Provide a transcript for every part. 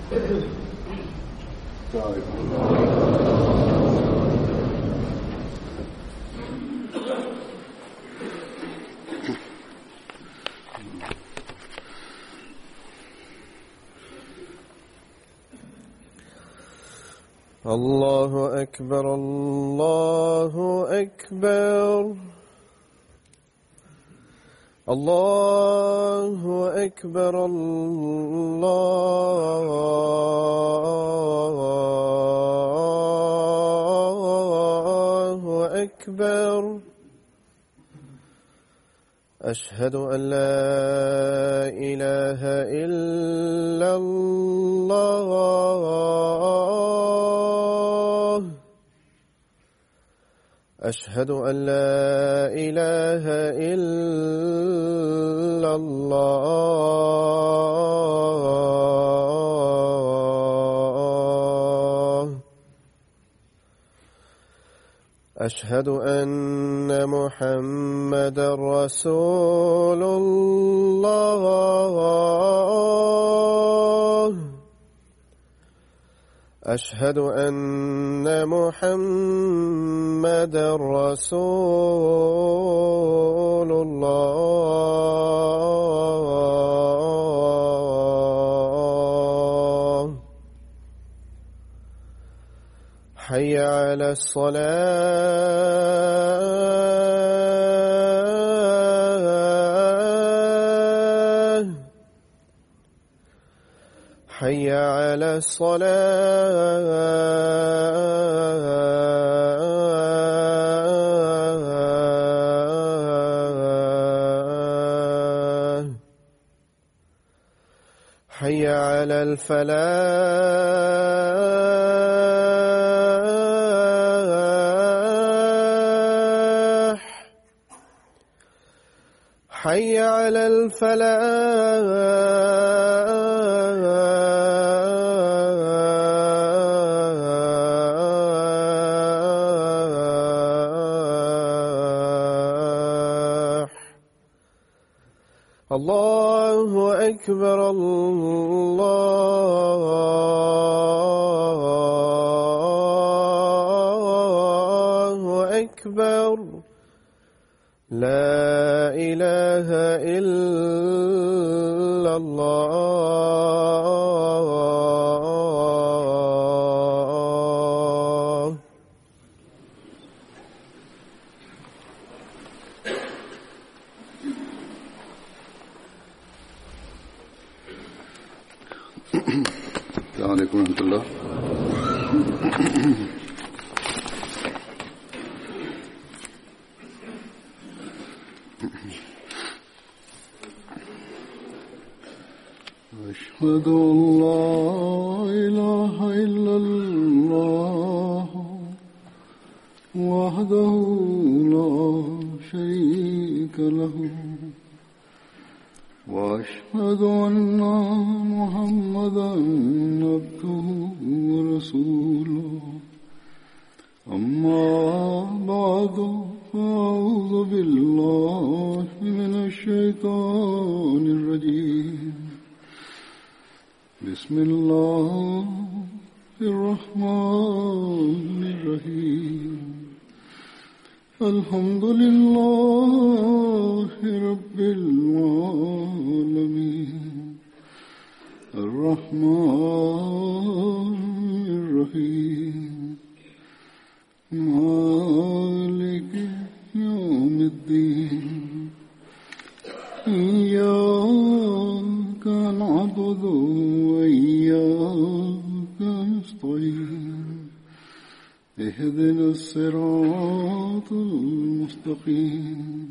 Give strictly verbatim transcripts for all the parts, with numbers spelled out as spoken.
الله أكبر الله أكبر الله أكبر الله أكبر أشهد أن لا إله إلا الله أشهد أن لا إله إلا الله أشهد أن محمدا رسول الله أشهد أن محمدا رسول الله حي على الصلاة حي على الصلاة حي على الفلاح حي على الفلاح الله أكبر الله أكبر لا إله إلا الله السلام عليكم ورحمة الله. أشهد أن لا إله إلا الله وحده لا شريك له وأشهد أن محمدا عبده ورسوله أما بعد فأعوذ بالله من الشيطان الرجيم بسم الله الرحمن الرحيم الحمد لله رب العالمين الرحمن الرحيم مالك يوم الدين إياك نعبد وإياك نستعين اهدنا الصراط المستقيم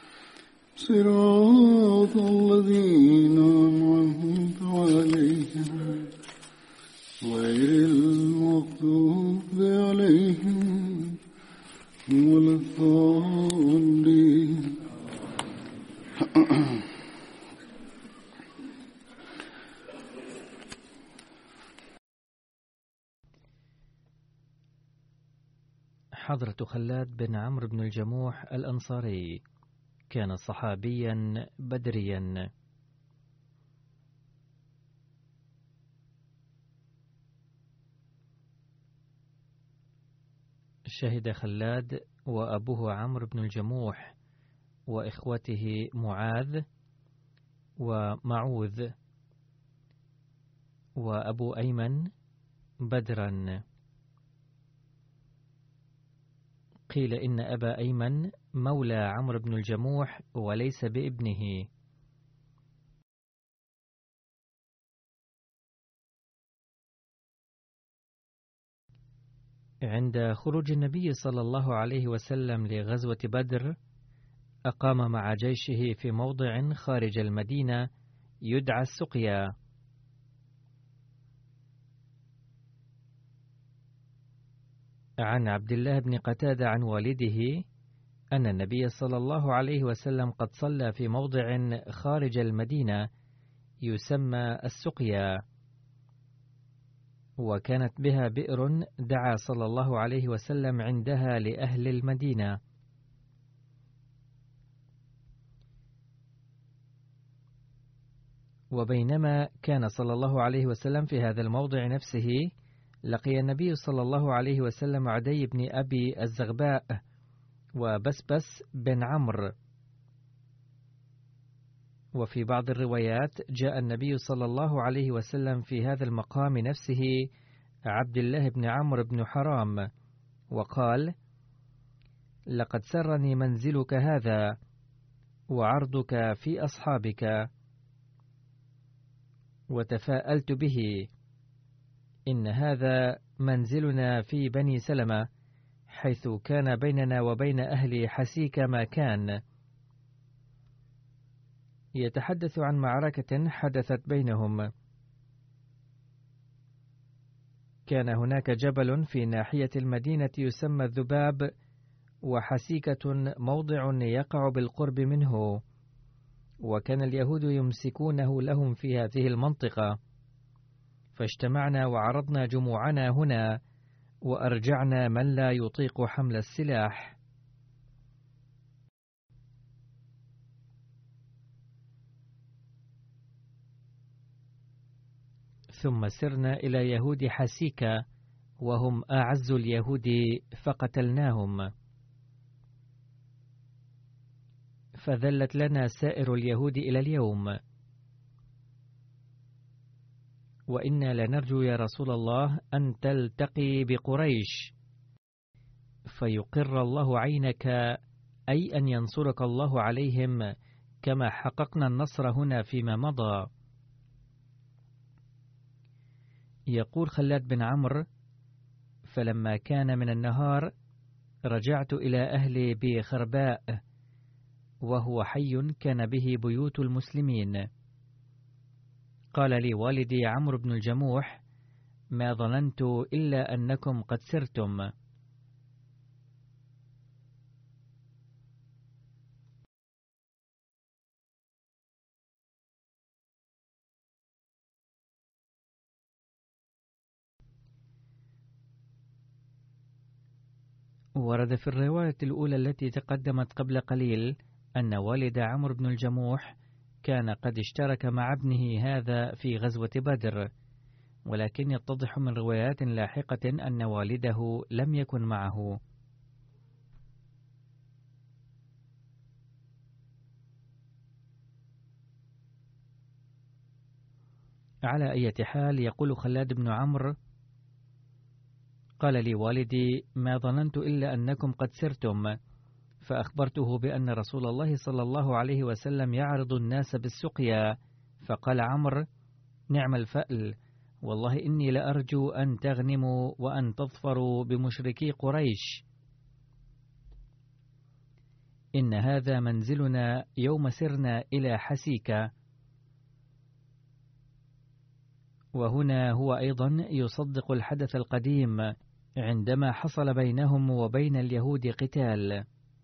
صراط الذين أنعمت عليهم غير المغضوب عليهم ولا الضالين. حضرة خلاد بن عمرو بن الجموح الأنصاري كان صحابيا بدريا شهد خلاد وأبوه عمرو بن الجموح وإخوته معاذ ومعوذ وأبو أيمن بدرا. قيل إن أبا أيمن مولى عمرو بن الجموح وليس بابنه. عند خروج النبي صلى الله عليه وسلم لغزوة بدر أقام مع جيشه في موضع خارج المدينة يدعى السقيا. عن عبد الله بن قتادة عن والده أن النبي صلى الله عليه وسلم قد صلى في موضع خارج المدينة يسمى السقيا، وكانت بها بئر دعا صلى الله عليه وسلم عندها لأهل المدينة. وبينما كان صلى الله عليه وسلم في هذا الموضع نفسه لقي النبي صلى الله عليه وسلم عدي بن أبي الزغباء وبسبس بن عمرو. وفي بعض الروايات جاء النبي صلى الله عليه وسلم في هذا المقام نفسه عبد الله بن عمرو بن حرام وقال: لقد سرني منزلك هذا وعرضك في أصحابك، وتفاءلت به، إن هذا منزلنا في بني سلمة، حيث كان بيننا وبين أهل حسيك ما كان. يتحدث عن معركة حدثت بينهم. كان هناك جبل في ناحية المدينة يسمى الذباب، وحسيكة موضع يقع بالقرب منه، وكان اليهود يمسكونه لهم في هذه المنطقة، فاجتمعنا وعرضنا جموعنا هنا، وأرجعنا من لا يطيق حمل السلاح. ثم سرنا إلى يهود حسيكة وهم أعز اليهود فقتلناهم، فذلت لنا سائر اليهود إلى اليوم. وإنا لنرجو يا رسول الله أن تلتقي بقريش فيقر الله عينك، أي أن ينصرك الله عليهم كما حققنا النصر هنا فيما مضى. يقول خلاد بن عمرو: فلما كان من النهار رجعت إلى أهلي بخرباء، وهو حي كان به بيوت المسلمين. قال لي والدي عمرو بن الجموح: ما ظننت إلا أنكم قد سرتم. ورد في الرواية الأولى التي تقدمت قبل قليل أن والد عمرو بن الجموح كان قد اشترك مع ابنه هذا في غزوة بدر، ولكن يتضح من روايات لاحقة أن والده لم يكن معه. على أي حال، يقول خلاد بن عمرو: قال لي والدي: ما ظننت إلا أنكم قد سرتم، فأخبرته بأن رسول الله صلى الله عليه وسلم يعرض الناس بالسقيا، فقال عمرو: نعم الفأل، والله إني لأرجو أن تغنموا وأن تظفروا بمشركي قريش. إن هذا منزلنا يوم سرنا إلى حسيكة. وهنا هو أيضا يصدق الحدث القديم عندما حصل بينهم وبين اليهود قتال.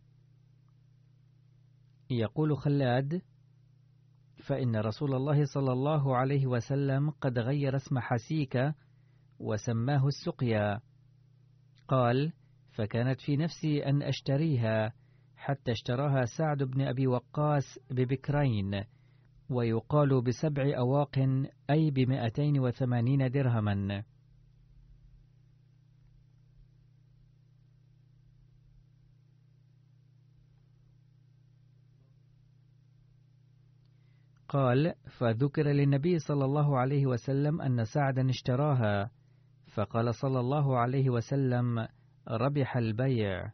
يقول خلاد: فإن رسول الله صلى الله عليه وسلم قد غير اسم حسيكة وسماه السقيا. قال: فكانت في نفسي أن أشتريها، حتى اشتراها سعد بن أبي وقاص ببكرين، ويقال بسبع أواق، أي بمئتين وثمانين درهما. قال: فذكر للنبي صلى الله عليه وسلم أن سعدا اشتراها، فقال صلى الله عليه وسلم: ربح البيع.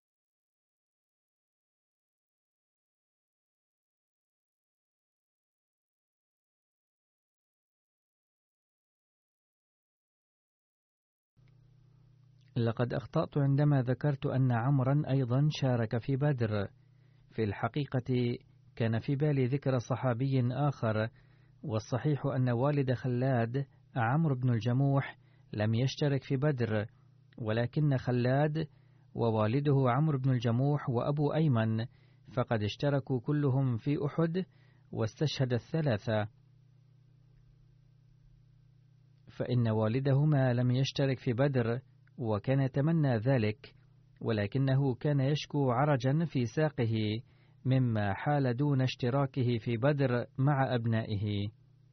لقد أخطأت عندما ذكرت أن عمرا أيضا شارك في بدر. في الحقيقة كان في بالي ذكر صحابي آخر، والصحيح أن والد خلاد عمرو بن الجموح لم يشترك في بدر، ولكن خلاد ووالده عمرو بن الجموح وأبو أيمن فقد اشتركوا كلهم في أحد، واستشهد الثلاثة. فإن والدهما لم يشترك في بدر، وكان يتمنى ذلك، ولكنه كان يشكو عرجا في ساقه مما حال دون اشتراكه في بدر مع أبنائه.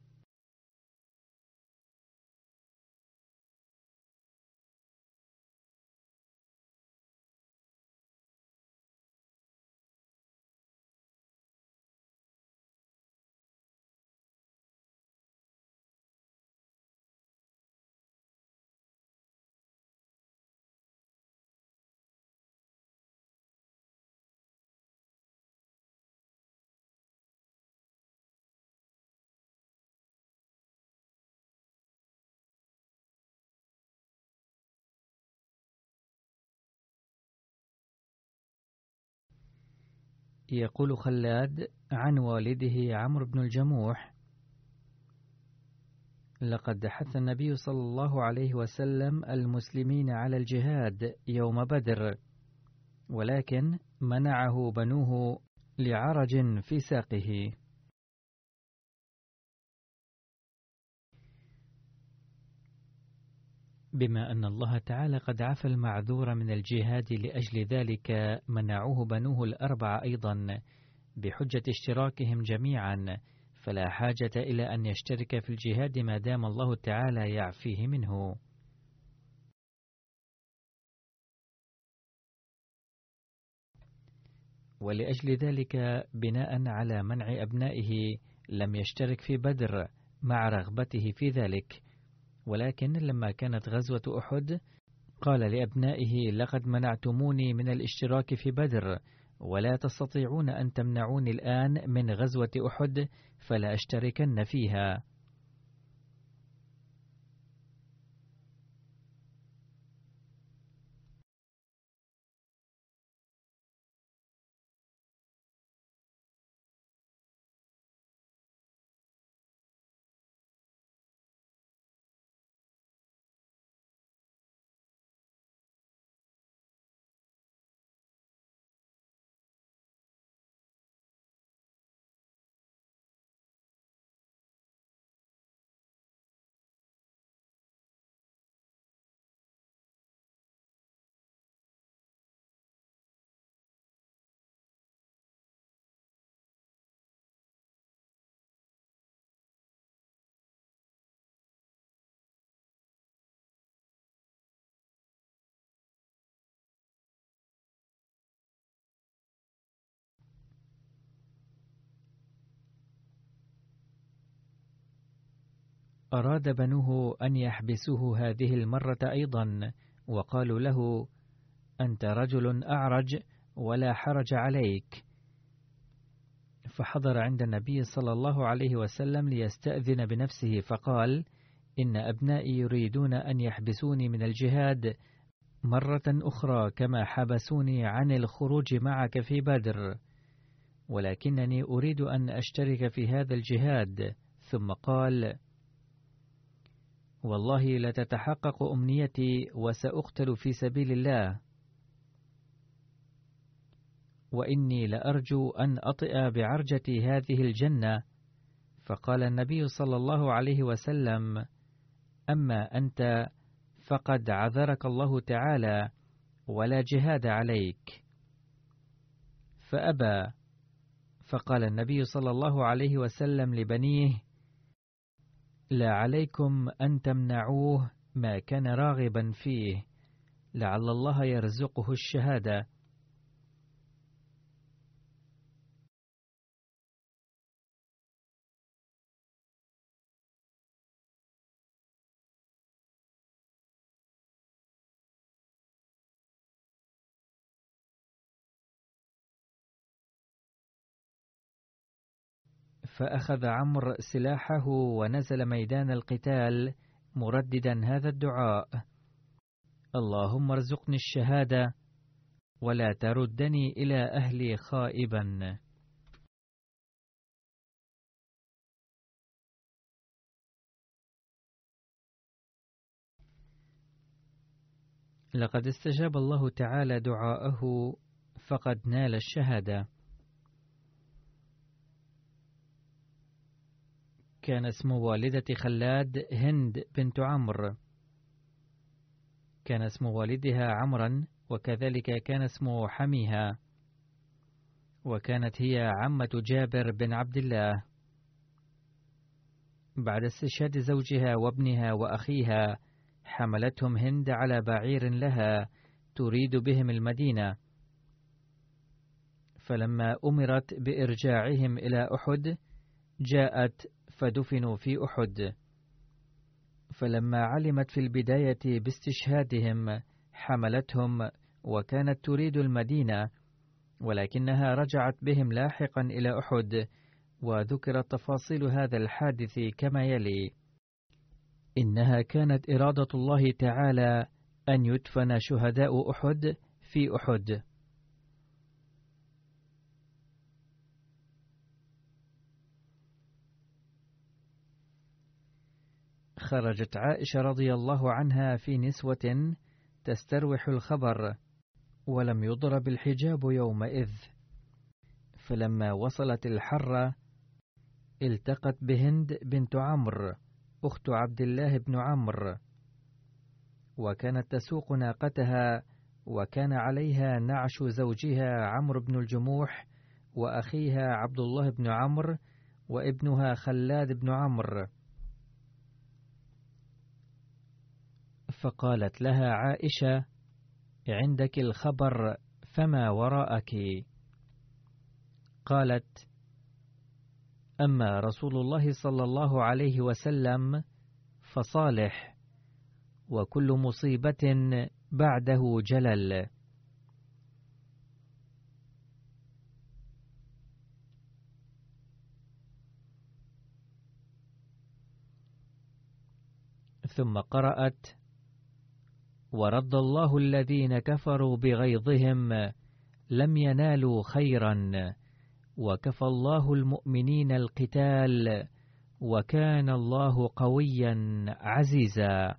يقول خلاد عن والده عمرو بن الجموح: لقد حث النبي صلى الله عليه وسلم المسلمين على الجهاد يوم بدر، ولكن منعه بنوه لعرج في ساقه. بما أن الله تعالى قد عفى المعذور من الجهاد لأجل ذلك منعوه بنوه الأربعة أيضا بحجة اشتراكهم جميعا، فلا حاجة إلى أن يشترك في الجهاد ما دام الله تعالى يعفيه منه. ولأجل ذلك بناء على منع أبنائه لم يشترك في بدر مع رغبته في ذلك، ولكن لما كانت غزوة أحد قال لأبنائه: لقد منعتموني من الاشتراك في بدر، ولا تستطيعون أن تمنعوني الآن من غزوة أحد، فلا أشتركن فيها. أراد بنوه أن يحبسوه هذه المرة أيضا، وقالوا له: أنت رجل أعرج ولا حرج عليك. فحضر عند النبي صلى الله عليه وسلم ليستأذن بنفسه، فقال: إن أبنائي يريدون أن يحبسوني من الجهاد مرة أخرى كما حبسوني عن الخروج معك في بدر، ولكنني أريد أن أشترك في هذا الجهاد. ثم قال: والله لتتحقق أمنيتي وسأقتل في سبيل الله، وإني لأرجو أن أطئ بعرجة هذه الجنة. فقال النبي صلى الله عليه وسلم: أما أنت فقد عذرك الله تعالى ولا جهاد عليك. فأبى. فقال النبي صلى الله عليه وسلم لبنيه: لا عليكم أن تمنعوه ما كان راغبا فيه، لعل الله يرزقه الشهادة. فأخذ عمرو سلاحه ونزل ميدان القتال مرددا هذا الدعاء: اللهم ارزقني الشهادة ولا تردني إلى أهلي خائبا. لقد استجاب الله تعالى دعاءه فقد نال الشهادة. كان اسم والدة خلاد هند بنت عمرو، كان اسم والدها عمرا، وكذلك كان اسم حميها، وكانت هي عمة جابر بن عبد الله. بعد استشهاد زوجها وابنها وأخيها حملتهم هند على بعير لها تريد بهم المدينة، فلما أمرت بإرجاعهم إلى أحد جاءت فدفنوا في أحد. فلما علمت في البداية باستشهادهم حملتهم وكانت تريد المدينة، ولكنها رجعت بهم لاحقا إلى أحد. وذكرت تفاصيل هذا الحادث كما يلي: إنها كانت إرادة الله تعالى أن يدفن شهداء أحد في أحد. خرجت عائشة رضي الله عنها في نسوة تستروح الخبر، ولم يضرب الحجاب يومئذ، فلما وصلت الحرة التقت بهند بنت عمرو أخت عبد الله بن عمرو، وكانت تسوق ناقتها، وكان عليها نعش زوجها عمرو بن الجموح وأخيها عبد الله بن عمرو وابنها خلاد بن عمرو. فقالت لها عائشة: عندك الخبر فما وراءك؟ قالت: أما رسول الله صلى الله عليه وسلم فصالح، وكل مصيبة بعده جلل. ثم قرأت: ورد الله الذين كفروا بغيظهم لم ينالوا خيرا، وكفى الله المؤمنين القتال، وكان الله قويا عزيزا.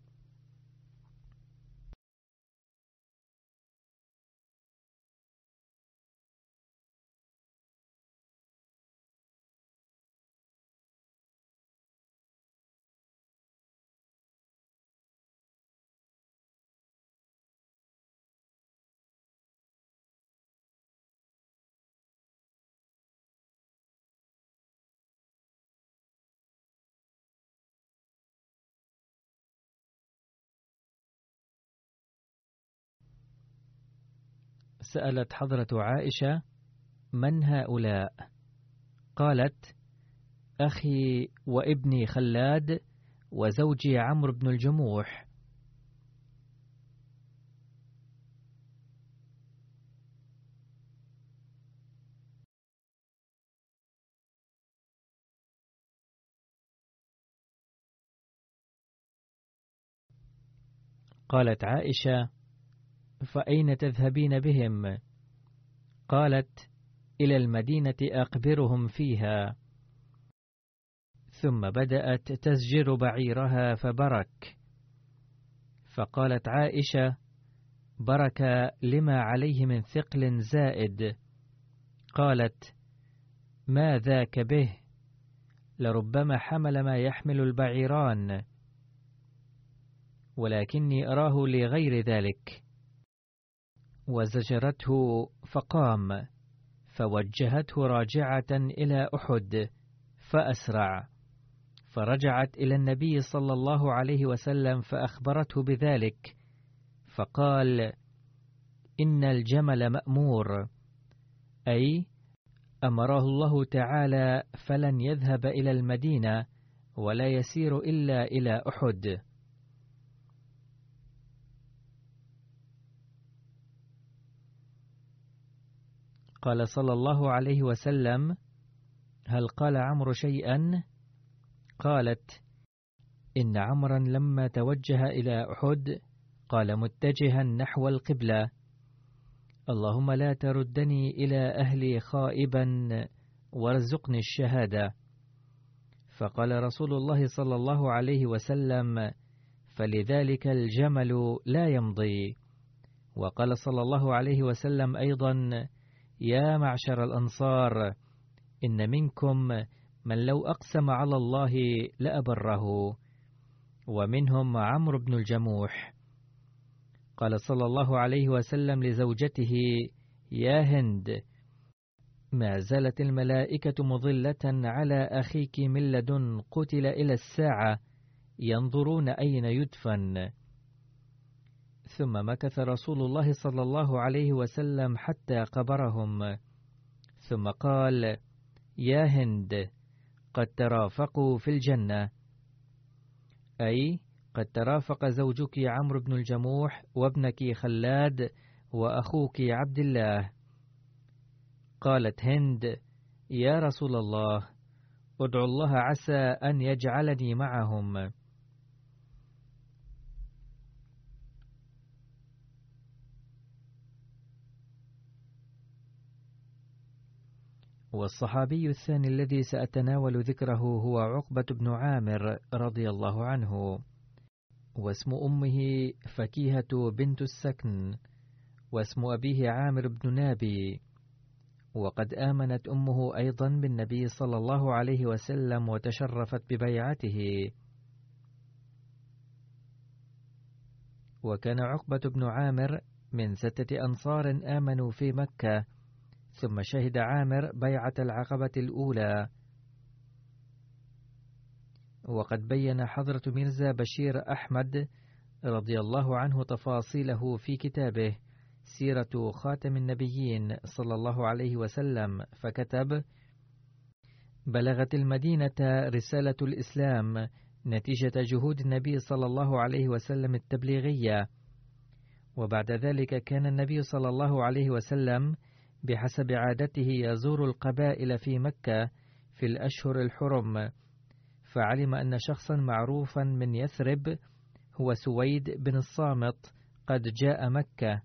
سألت حضرة عائشة: من هؤلاء؟ قالت: أخي وابني خلاد وزوجي عمرو بن الجموح. قالت عائشة: فأين تذهبين بهم؟ قالت: إلى المدينة أقبرهم فيها. ثم بدأت تزجر بعيرها فبرك. فقالت عائشة: برك لما عليه من ثقل زائد. قالت: ما ذاك به؟ لربما حمل ما يحمل البعيران، ولكني أراه لغير ذلك. وزجرته فقام، فوجهته راجعة إلى أحد فأسرع، فرجعت إلى النبي صلى الله عليه وسلم فأخبرته بذلك، فقال: إن الجمل مأمور، أي أمره الله تعالى فلن يذهب إلى المدينة ولا يسير إلا إلى أحد. قال صلى الله عليه وسلم: هل قال عمرو شيئا؟ قالت: إن عمرا لما توجه إلى أحد قال متجها نحو القبلة: اللهم لا تردني إلى أهلي خائبا وارزقني الشهادة. فقال رسول الله صلى الله عليه وسلم: فلذلك الجمل لا يمضي. وقال صلى الله عليه وسلم أيضا: يا معشر الأنصار، إن منكم من لو أقسم على الله لأبره، ومنهم عمرو بن الجموح. قال صلى الله عليه وسلم لزوجته: يا هند، ما زالت الملائكة مظلة على أخيك من لدن قتل إلى الساعة ينظرون أين يدفن. ثم مكث رسول الله صلى الله عليه وسلم حتى قبرهم، ثم قال: يا هند، قد ترافقوا في الجنة، أي قد ترافق زوجك عمرو بن الجموح وابنك خلاد وأخوك عبد الله. قالت هند: يا رسول الله، ادعو الله عسى أن يجعلني معهم. والصحابي الثاني الذي سأتناول ذكره هو عقبة بن عامر رضي الله عنه، واسم أمه فكيهة بنت السكن، واسم أبيه عامر بن نابي. وقد آمنت أمه أيضا بالنبي صلى الله عليه وسلم وتشرفت ببيعته. وكان عقبة بن عامر من ستة أنصار آمنوا في مكة، ثم شهد عامر بيعة العقبة الأولى. وقد بين حضرة ميرزا بشير أحمد رضي الله عنه تفاصيله في كتابه سيرة خاتم النبيين صلى الله عليه وسلم، فكتب: بلغت المدينة رسالة الإسلام نتيجة جهود النبي صلى الله عليه وسلم التبليغية. وبعد ذلك كان النبي صلى الله عليه وسلم بحسب عادته يزور القبائل في مكة في الأشهر الحرم، فعلم أن شخصا معروفا من يثرب هو سويد بن الصامت قد جاء مكة.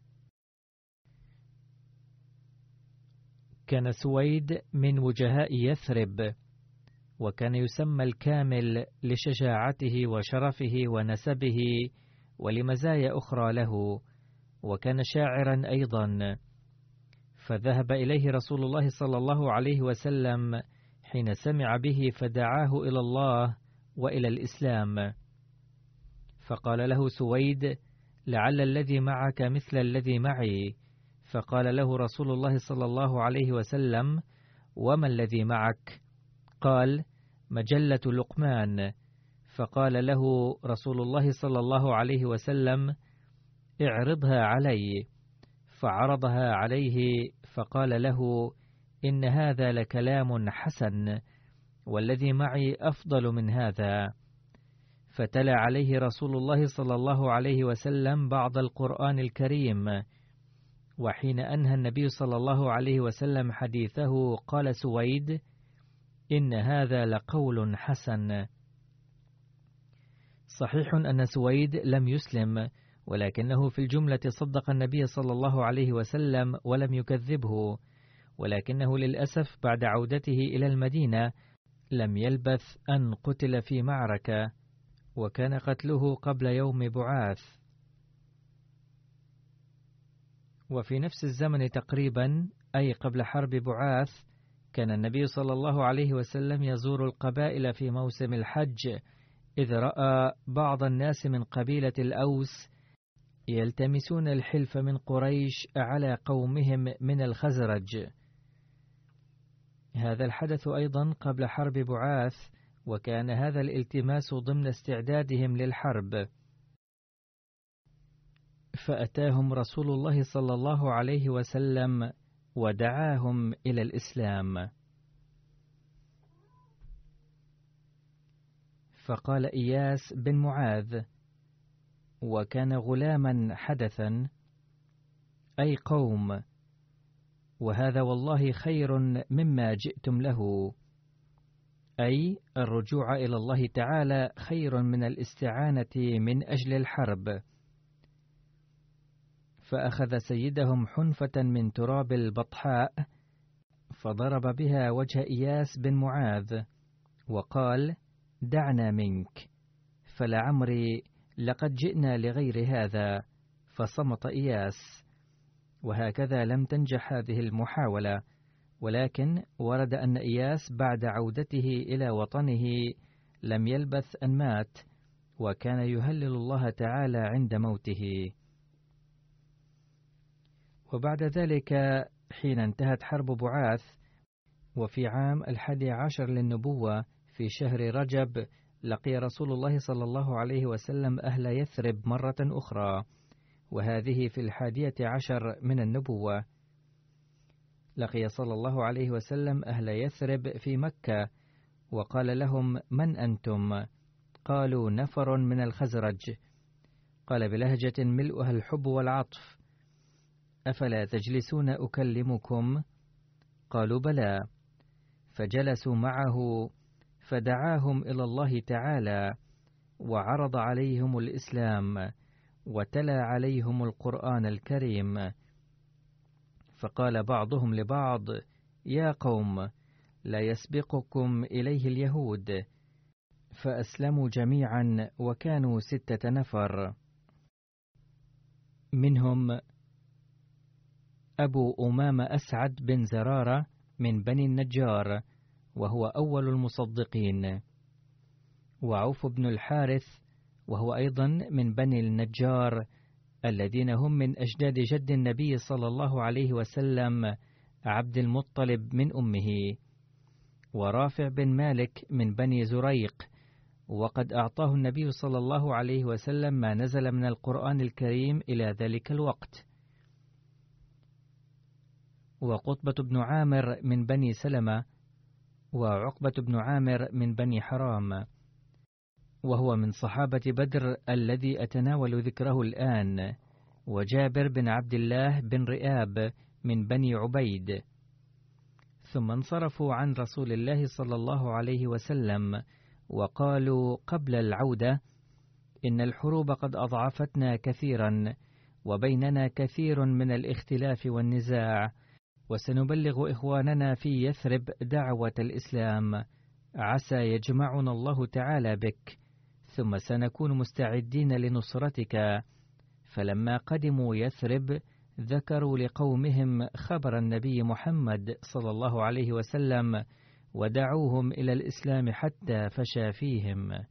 كان سويد من وجهاء يثرب، وكان يسمى الكامل لشجاعته وشرفه ونسبه ولمزايا أخرى له، وكان شاعرا أيضا. فذهب إليه رسول الله صلى الله عليه وسلم حين سمع به، فدعاه إلى الله وإلى الإسلام. فقال له سويد: لعل الذي معك مثل الذي معي. فقال له رسول الله صلى الله عليه وسلم: وما الذي معك؟ قال: مجلة لقمان. فقال له رسول الله صلى الله عليه وسلم: اعرضها علي. فعرضها عليه، فقال له: إن هذا لكلام حسن، والذي معي أفضل من هذا. فتلا عليه رسول الله صلى الله عليه وسلم بعض القرآن الكريم. وحين أنهى النبي صلى الله عليه وسلم حديثه قال سويد: إن هذا لقول حسن. صحيح أن سويد لم يسلم، ولكنه في الجملة صدق النبي صلى الله عليه وسلم ولم يكذبه، ولكنه للأسف بعد عودته إلى المدينة لم يلبث أن قتل في معركة، وكان قتله قبل يوم بعاث. وفي نفس الزمن تقريبا، أي قبل حرب بعاث، كان النبي صلى الله عليه وسلم يزور القبائل في موسم الحج، إذ رأى بعض الناس من قبيلة الأوس يلتمسون الحلف من قريش على قومهم من الخزرج. هذا الحدث أيضا قبل حرب بعاث، وكان هذا الالتماس ضمن استعدادهم للحرب. فأتاهم رسول الله صلى الله عليه وسلم ودعاهم إلى الإسلام. فقال إياس بن معاذ: وكان غلاما حدثا، أي قوم، وهذا والله خير مما جئتم له، أي الرجوع إلى الله تعالى خير من الاستعانة من أجل الحرب. فأخذ سيدهم حنفة من تراب البطحاء فضرب بها وجه إياس بن معاذ وقال: دعنا منك، فلعمري لقد جئنا لغير هذا. فصمت إياس. وهكذا لم تنجح هذه المحاولة، ولكن ورد أن إياس بعد عودته إلى وطنه لم يلبث أن مات، وكان يهلل الله تعالى عند موته. وبعد ذلك حين انتهت حرب بعاث، وفي عام الحادي عشر للنبوة في شهر رجب، لقي رسول الله صلى الله عليه وسلم أهل يثرب مرة أخرى، وهذه في الحادية عشر من النبوة. لقي صلى الله عليه وسلم أهل يثرب في مكة، وقال لهم: من أنتم؟ قالوا: نفر من الخزرج. قال بلهجة ملؤها الحب والعطف: أفلا تجلسون أكلمكم؟ قالوا: بلى. فجلسوا معه فدعاهم إلى الله تعالى، وعرض عليهم الإسلام، وتلا عليهم القرآن الكريم. فقال بعضهم لبعض: يا قوم، لا يسبقكم إليه اليهود. فأسلموا جميعا، وكانوا ستة نفر، منهم أبو أمامة أسعد بن زرارة من بني النجار، وهو أول المصدقين، وعوف بن الحارث، وهو أيضا من بني النجار الذين هم من أجداد جد النبي صلى الله عليه وسلم عبد المطلب من أمه، ورافع بن مالك من بني زريق، وقد أعطاه النبي صلى الله عليه وسلم ما نزل من القرآن الكريم إلى ذلك الوقت، وقطبة بن عامر من بني سلمة، وعقبة بن عامر من بني حرام، وهو من صحابة بدر الذي أتناول ذكره الآن، وجابر بن عبد الله بن رئاب من بني عبيد. ثم انصرفوا عن رسول الله صلى الله عليه وسلم، وقالوا قبل العودة: إن الحروب قد أضعفتنا كثيرا، وبيننا كثير من الاختلاف والنزاع، وسنبلغ إخواننا في يثرب دعوة الإسلام، عسى يجمعنا الله تعالى بك، ثم سنكون مستعدين لنصرتك. فلما قدموا يثرب ذكروا لقومهم خبر النبي محمد صلى الله عليه وسلم، ودعوهم إلى الإسلام حتى فشى فيهم.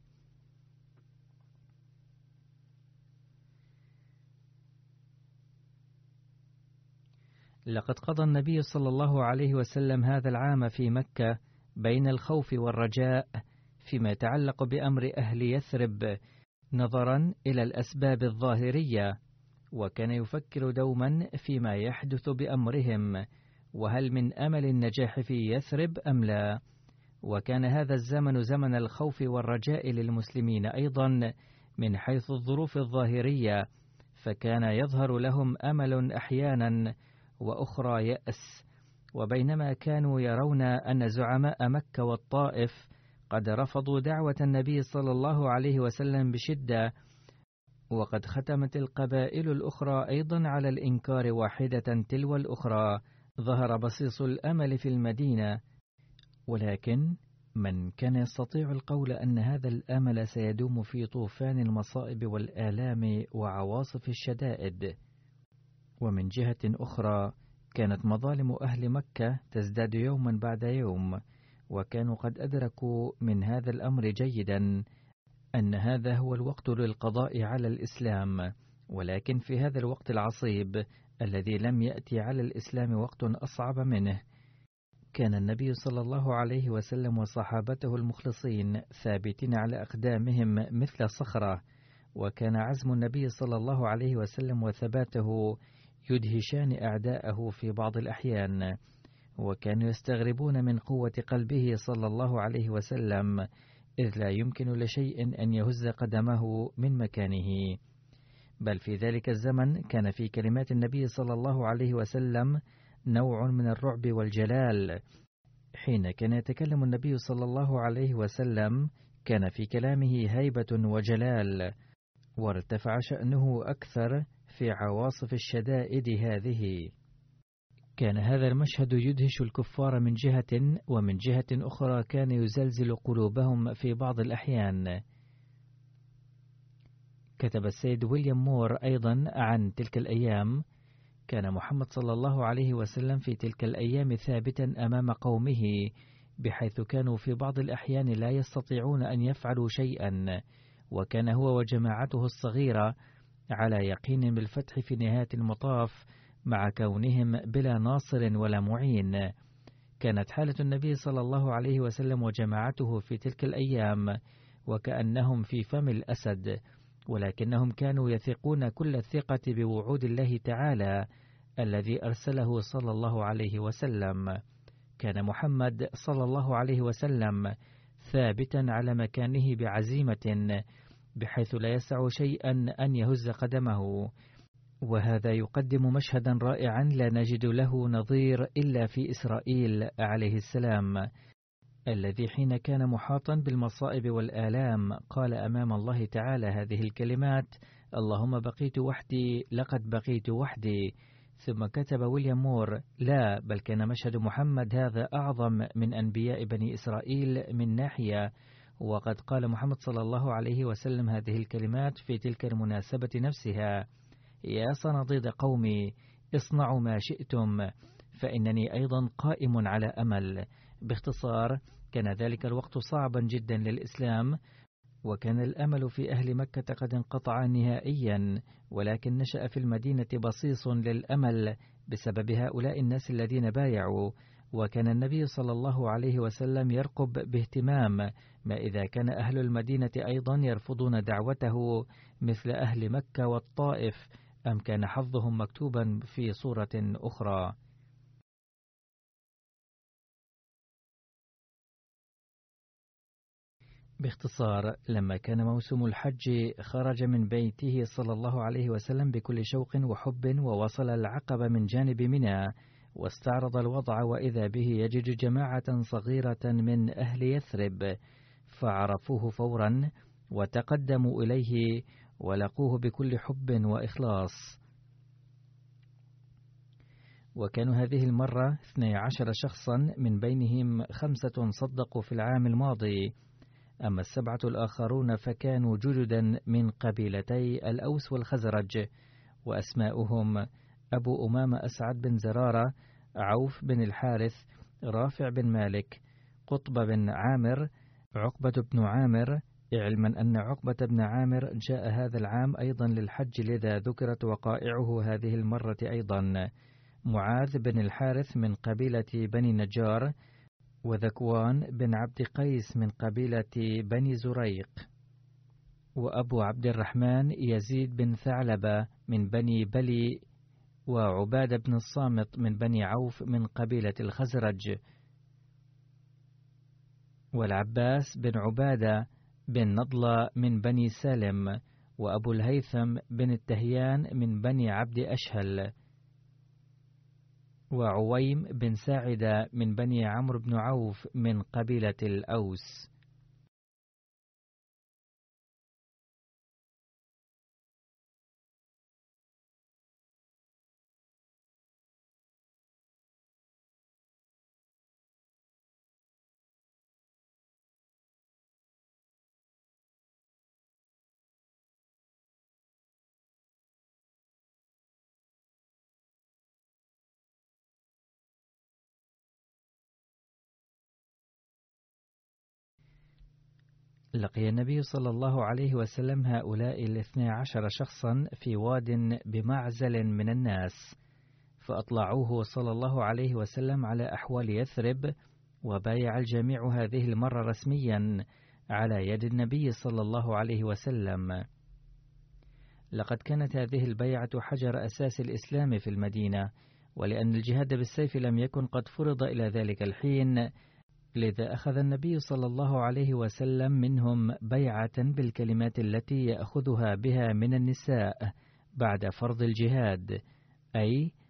لقد قضى النبي صلى الله عليه وسلم هذا العام في مكة بين الخوف والرجاء فيما يتعلق بأمر أهل يثرب، نظرا إلى الأسباب الظاهرية، وكان يفكر دوما فيما يحدث بأمرهم، وهل من أمل النجاح في يثرب أم لا. وكان هذا الزمن زمن الخوف والرجاء للمسلمين أيضا من حيث الظروف الظاهرية، فكان يظهر لهم أمل أحيانا، وأخرى يأس. وبينما كانوا يرون أن زعماء مكة والطائف قد رفضوا دعوة النبي صلى الله عليه وسلم بشدة، وقد ختمت القبائل الأخرى أيضا على الإنكار واحدة تلو الأخرى، ظهر بصيص الأمل في المدينة. ولكن من كان يستطيع القول أن هذا الأمل سيدوم في طوفان المصائب والآلام وعواصف الشدائد؟ ومن جهة أخرى كانت مظالم أهل مكة تزداد يوما بعد يوم، وكانوا قد أدركوا من هذا الأمر جيدا أن هذا هو الوقت للقضاء على الإسلام. ولكن في هذا الوقت العصيب الذي لم يأتي على الإسلام وقت أصعب منه، كان النبي صلى الله عليه وسلم وصحابته المخلصين ثابتين على أقدامهم مثل صخرة، وكان عزم النبي صلى الله عليه وسلم وثباته يدهشان أعداءه في بعض الأحيان، وكانوا يستغربون من قوة قلبه صلى الله عليه وسلم، إذ لا يمكن لشيء أن يهز قدمه من مكانه. بل في ذلك الزمن كان في كلمات النبي صلى الله عليه وسلم نوع من الرعب والجلال. حين كان يتكلم النبي صلى الله عليه وسلم كان في كلامه هيبة وجلال، وارتفع شأنه أكثر في عواصف الشدائد هذه. كان هذا المشهد يدهش الكفار من جهة، ومن جهة أخرى كان يزلزل قلوبهم في بعض الأحيان. كتب السيد ويليام مور أيضا عن تلك الأيام: كان محمد صلى الله عليه وسلم في تلك الأيام ثابتا أمام قومه، بحيث كانوا في بعض الأحيان لا يستطيعون أن يفعلوا شيئا، وكان هو وجماعته الصغيرة على يقين بالفتح في نهاية المطاف، مع كونهم بلا ناصر ولا معين. كانت حالة النبي صلى الله عليه وسلم وجماعته في تلك الأيام وكأنهم في فم الأسد، ولكنهم كانوا يثقون كل الثقة بوعود الله تعالى الذي أرسله صلى الله عليه وسلم. كان محمد صلى الله عليه وسلم ثابتا على مكانه بعزيمة، بحيث لا يسع شيئا أن يهز قدمه، وهذا يقدم مشهدا رائعا لا نجد له نظير إلا في إسرائيل عليه السلام، الذي حين كان محاطا بالمصائب والآلام قال أمام الله تعالى هذه الكلمات: اللهم بقيت وحدي لقد بقيت وحدي. ثم كتب ويليام مور: لا، بل كان مشهد محمد هذا أعظم من أنبياء بني إسرائيل من ناحية، وقد قال محمد صلى الله عليه وسلم هذه الكلمات في تلك المناسبة نفسها: يا صناديد قومي اصنعوا ما شئتم فإنني أيضا قائم على أمل. باختصار، كان ذلك الوقت صعبا جدا للإسلام، وكان الأمل في أهل مكة قد انقطع نهائيا، ولكن نشأ في المدينة بصيص للأمل بسبب هؤلاء الناس الذين بايعوا. وكان النبي صلى الله عليه وسلم يرقب باهتمام ما إذا كان أهل المدينة أيضا يرفضون دعوته مثل أهل مكة والطائف، أم كان حظهم مكتوبا في صورة أخرى. باختصار، لما كان موسم الحج خرج من بيته صلى الله عليه وسلم بكل شوق وحب، ووصل العقبة من جانب منى واستعرض الوضع، وإذا به يجد جماعة صغيرة من أهل يثرب، فعرفوه فورا وتقدموا إليه ولقوه بكل حب وإخلاص. وكانوا هذه المرة اثني عشر شخصا، من بينهم خمسة صدقوا في العام الماضي، أما السبعة الآخرون فكانوا جددا من قبيلتي الأوس والخزرج، وأسماؤهم أبو أمامة أسعد بن زرارة، عوف بن الحارث، رافع بن مالك، قطب بن عامر، عقبة بن عامر، علما أن عقبة بن عامر جاء هذا العام أيضا للحج، لذا ذكرت وقائعه هذه المرة أيضا، معاذ بن الحارث من قبيلة بني نجار، وذكوان بن عبد قيس من قبيلة بني زريق، وأبو عبد الرحمن يزيد بن ثعلبة من بني بلي، وعبادة بن الصامت من بني عوف من قبيلة الخزرج، والعباس بن عبادة بن نضلة من بني سالم، وأبو الهيثم بن التهيان من بني عبد أشهل، وعويم بن ساعدة من بني عمرو بن عوف من قبيلة الأوس. لقي النبي صلى الله عليه وسلم هؤلاء الاثنى عشر شخصا في واد بمعزل من الناس، فأطلعوه صلى الله عليه وسلم على أحوال يثرب، وبايع الجميع هذه المرة رسميا على يد النبي صلى الله عليه وسلم. لقد كانت هذه البيعة حجر أساس الإسلام في المدينة، ولأن الجهاد بالسيف لم يكن قد فرض إلى ذلك الحين، لذا أخذ النبي صلى الله عليه وسلم منهم بيعة بالكلمات التي يأخذها بها من النساء بعد فرض الجهاد، أي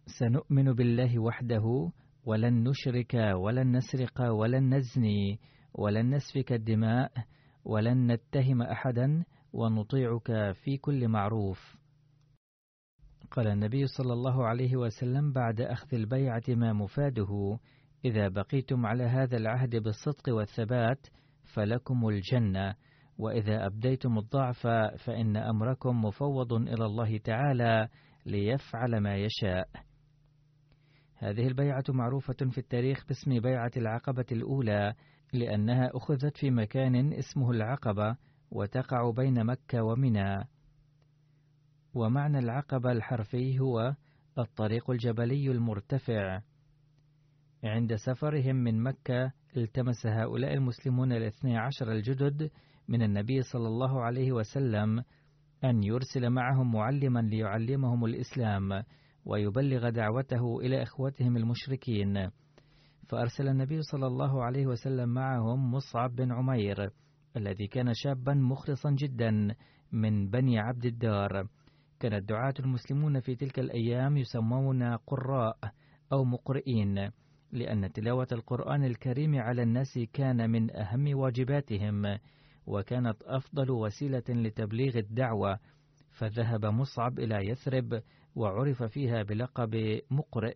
سنؤمن بالله وحده ولن نشرك ولن نسرق ولن نزني ولن نسفك الدماء ولن نتهم أحدا ونطيعك في كل معروف. قال النبي صلى الله عليه وسلم بعد أخذ البيعة ما مفاده: إذا بقيتم على هذا العهد بالصدق والثبات فلكم الجنة، وإذا أبديتم الضعف فإن أمركم مفوض إلى الله تعالى ليفعل ما يشاء. هذه البيعة معروفة في التاريخ باسم بيعة العقبة الأولى، لأنها أخذت في مكان اسمه العقبة وتقع بين مكة ومنى. ومعنى العقبة الحرفي هو الطريق الجبلي المرتفع. عند سفرهم من مكة التمس هؤلاء المسلمون الاثني عشر الجدد من النبي صلى الله عليه وسلم أن يرسل معهم معلما ليعلمهم الإسلام ويبلغ دعوته إلى إخوتهم المشركين، فأرسل النبي صلى الله عليه وسلم معهم مصعب بن عمير الذي كان شابا مخلصا جدا من بني عبد الدار. كان الدعاة المسلمون في تلك الأيام يسمون قراء أو مقرئين، لأن تلاوة القرآن الكريم على الناس كان من أهم واجباتهم، وكانت أفضل وسيلة لتبليغ الدعوة. فذهب مصعب إلى يثرب وعرف فيها بلقب مقرئ.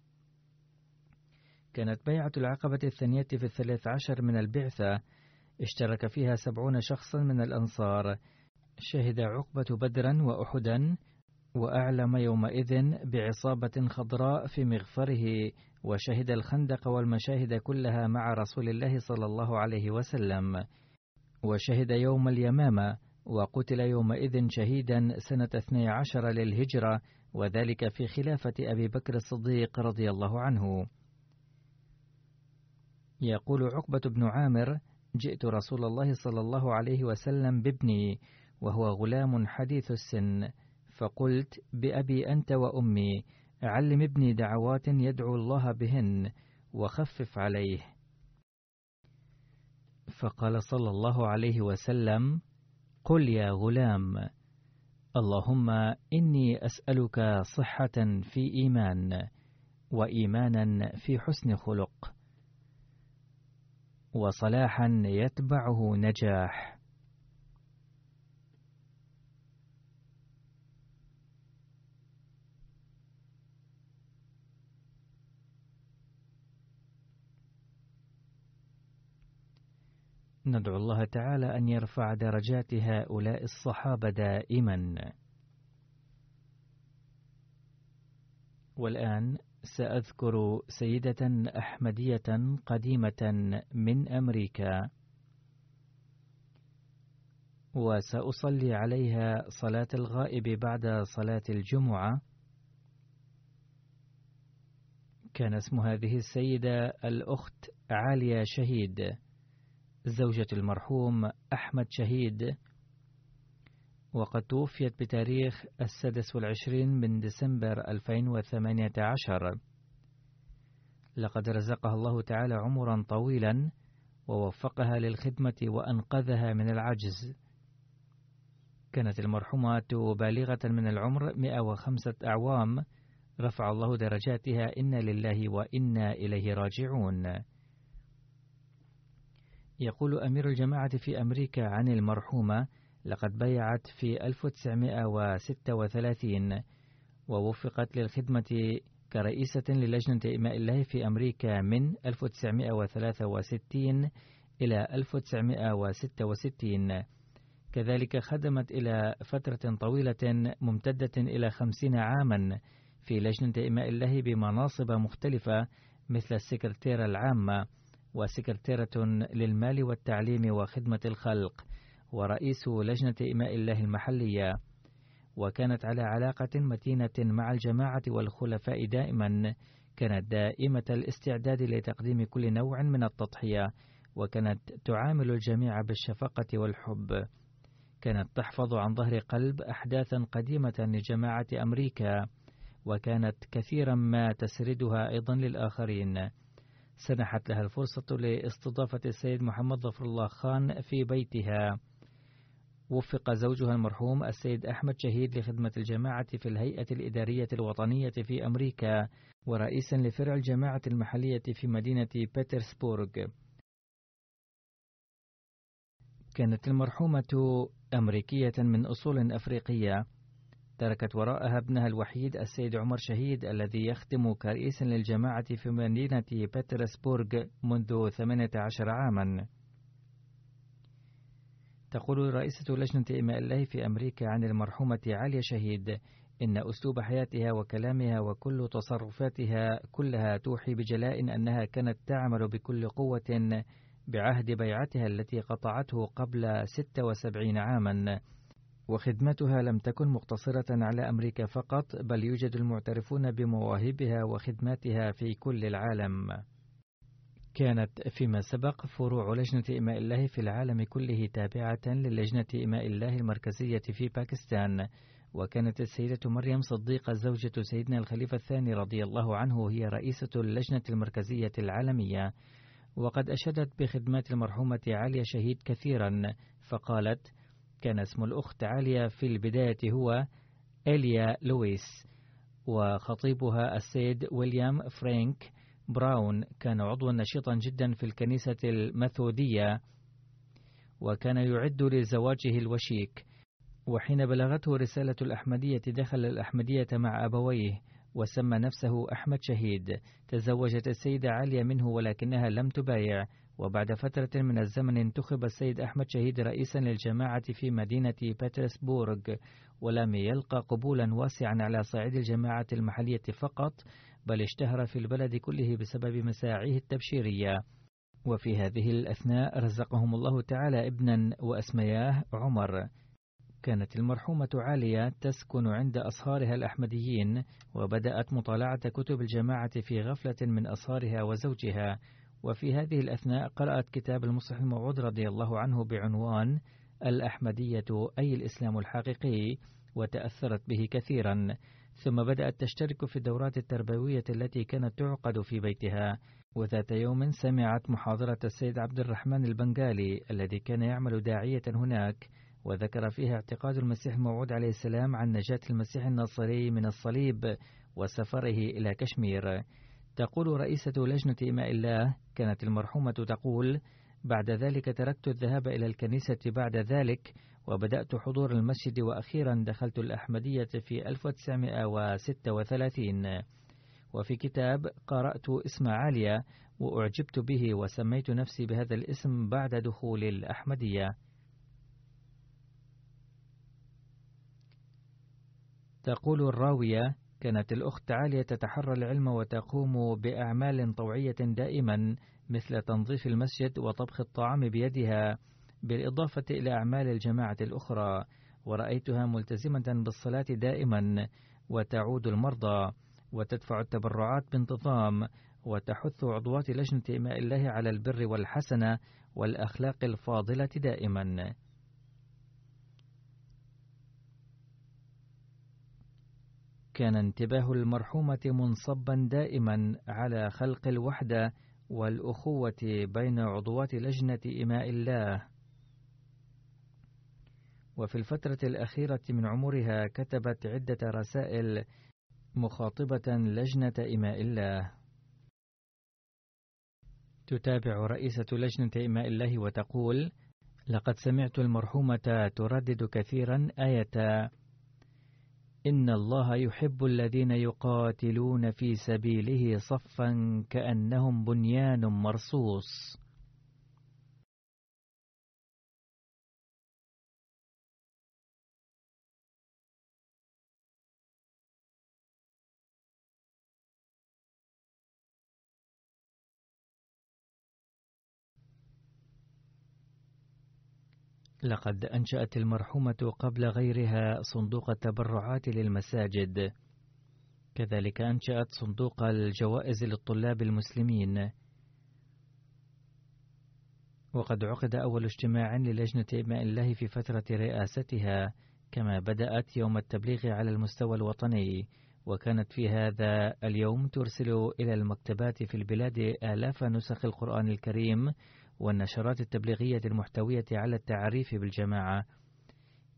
كانت بيعة العقبة الثانية في الثالث عشر من البعثة، اشترك فيها سبعون شخصا من الأنصار. شهد عقبة بدرا وأحدا، وأعلم يومئذ بعصابة خضراء في مغفره، وشهد الخندق والمشاهد كلها مع رسول الله صلى الله عليه وسلم، وشهد يوم اليمامة، وقتل يومئذ شهيدا سنة اثني عشر للهجرة، وذلك في خلافة أبي بكر الصديق رضي الله عنه. يقول عقبة بن عامر: جئت رسول الله صلى الله عليه وسلم بابني وهو غلام حديث السن، فقلت: بأبي أنت وأمي، علم ابني دعوات يدعو الله بهن وخفف عليه. فقال صلى الله عليه وسلم: قل يا غلام: اللهم إني أسألك صحة في إيمان، وإيمانا في حسن خلق، وصلاحا يتبعه نجاح. ندعو الله تعالى أن يرفع درجات هؤلاء الصحابة دائما. والآن سأذكر سيدة أحمدية قديمة من أمريكا، وسأصلي عليها صلاة الغائب بعد صلاة الجمعة. كان اسم هذه السيدة الأخت عالية شهيد، زوجة المرحوم أحمد شهيد، وقد توفيت بتاريخ السادس والعشرين من ديسمبر ألفين وثمانية عشر. لقد رزقها الله تعالى عمرا طويلا ووفقها للخدمة وأنقذها من العجز. كانت المرحومة بالغة من العمر مئة وخمسة أعوام، رفع الله درجاتها، إنا لله وإنا إليه راجعون. يقول أمير الجماعة في أمريكا عن المرحومة: لقد بيعت في ألف وتسعمئة وستة وثلاثين، ووفقت للخدمة كرئيسة للجنة إماء الله في أمريكا من ألف وتسعمئة وثلاثة وستين إلى ألف وتسعمئة وستة وستين. كذلك خدمت إلى فترة طويلة ممتدة إلى خمسين عاما في لجنة إماء الله بمناصب مختلفة، مثل السكرتيرة العامة، وسكرتيرة للمال والتعليم وخدمة الخلق، ورئيس لجنة إماء الله المحلية. وكانت على علاقة متينة مع الجماعة والخلفاء دائما. كانت دائمة الاستعداد لتقديم كل نوع من التضحية، وكانت تعامل الجميع بالشفقة والحب. كانت تحفظ عن ظهر قلب أحداثا قديمة لجماعة أمريكا، وكانت كثيرا ما تسردها أيضا للآخرين. سنحت لها الفرصة لاستضافة السيد محمد ظفر الله خان في بيتها، وفق زوجها المرحوم السيد أحمد شهيد لخدمة الجماعة في الهيئة الإدارية الوطنية في أمريكا، ورئيسا لفرع الجماعة المحلية في مدينة بيترسبورغ. كانت المرحومة أمريكية من أصول أفريقية، تركت وراءها ابنها الوحيد السيد عمر شهيد الذي يخدم كرئيس للجماعة في مدينة بيترسبورغ منذ ثمانية عشر عاما. تقول رئيسة لجنة إماء الله في أمريكا عن المرحومة عالية شهيد إن أسلوب حياتها وكلامها وكل تصرفاتها كلها توحي بجلاء أنها كانت تعمل بكل قوة بعهد بيعتها التي قطعته قبل ستة وسبعين عاما، وخدمتها لم تكن مقتصرة على أمريكا فقط، بل يوجد المعترفون بمواهبها وخدماتها في كل العالم. كانت فيما سبق فروع لجنة إماء الله في العالم كله تابعة للجنة إماء الله المركزية في باكستان، وكانت السيدة مريم صديقة زوجة سيدنا الخليفة الثاني رضي الله عنه هي رئيسة اللجنة المركزية العالمية. وقد أشادت بخدمات المرحومة عالية شهيد كثيرا، فقالت: كان اسم الأخت عالية في البداية هو إليا لويس، وخطيبها السيد ويليام فرانك براون كان عضوا نشيطا جدا في الكنيسة الميثودية، وكان يعد لزواجه الوشيك. وحين بلغته رسالة الأحمدية دخل الأحمدية مع أبويه وسمى نفسه أحمد شهيد. تزوجت السيدة عالية منه ولكنها لم تبايع، وبعد فترة من الزمن انتخب السيد أحمد شهيد رئيسا للجماعة في مدينة بيترسبورغ، ولم يلقى قبولا واسعا على صعيد الجماعة المحلية فقط، بل اشتهر في البلد كله بسبب مساعيه التبشيرية. وفي هذه الأثناء رزقهم الله تعالى ابنا وأسمياه عمر. كانت المرحومة عالية تسكن عند أصهارها الأحمديين، وبدأت مطالعة كتب الجماعة في غفلة من أصهارها وزوجها. وفي هذه الأثناء قرأت كتاب المصلح الموعود رضي الله عنه بعنوان الأحمدية أي الإسلام الحقيقي، وتأثرت به كثيرا، ثم بدأت تشترك في الدورات التربوية التي كانت تعقد في بيتها. وذات يوم سمعت محاضرة السيد عبد الرحمن البنغالي الذي كان يعمل داعية هناك، وذكر فيها اعتقاد المسيح الموعود عليه السلام عن نجاة المسيح الناصري من الصليب وسفره إلى كشمير. تقول رئيسة لجنة إماء الله: كانت المرحومة تقول: بعد ذلك تركت الذهاب إلى الكنيسة بعد ذلك، وبدأت حضور المسجد، وأخيرا دخلت الأحمدية في ألف وتسعمائة وستة وثلاثين. وفي كتاب قرأت اسم عالية وأعجبت به، وسميت نفسي بهذا الاسم بعد دخول الأحمدية. تقول الراوية: كانت الأخت عالية تتحرى العلم وتقوم بأعمال طوعية دائما، مثل تنظيف المسجد وطبخ الطعام بيدها، بالإضافة إلى أعمال الجماعة الأخرى. ورأيتها ملتزمة بالصلاة دائما، وتعود المرضى، وتدفع التبرعات بانتظام، وتحث عضوات لجنة إماء الله على البر والحسنة والأخلاق الفاضلة دائما. كان انتباه المرحومة منصبا دائما على خلق الوحدة والأخوة بين عضوات لجنة إماء الله. وفي الفترة الأخيرة من عمرها كتبت عدة رسائل مخاطبة لجنة إماء الله. تتابع رئيسة لجنة إماء الله وتقول: لقد سمعت المرحومة تردد كثيرا آية: إن الله يحب الذين يقاتلون في سبيله صفا كأنهم بنيان مرصوص. لقد أنشأت المرحومة قبل غيرها صندوق التبرعات للمساجد، كذلك أنشأت صندوق الجوائز للطلاب المسلمين. وقد عقد أول اجتماع للجنة إماء الله في فترة رئاستها، كما بدأت يوم التبليغ على المستوى الوطني، وكانت في هذا اليوم ترسل إلى المكتبات في البلاد آلاف نسخ القرآن الكريم والنشرات التبليغية المحتوية على التعريف بالجماعة.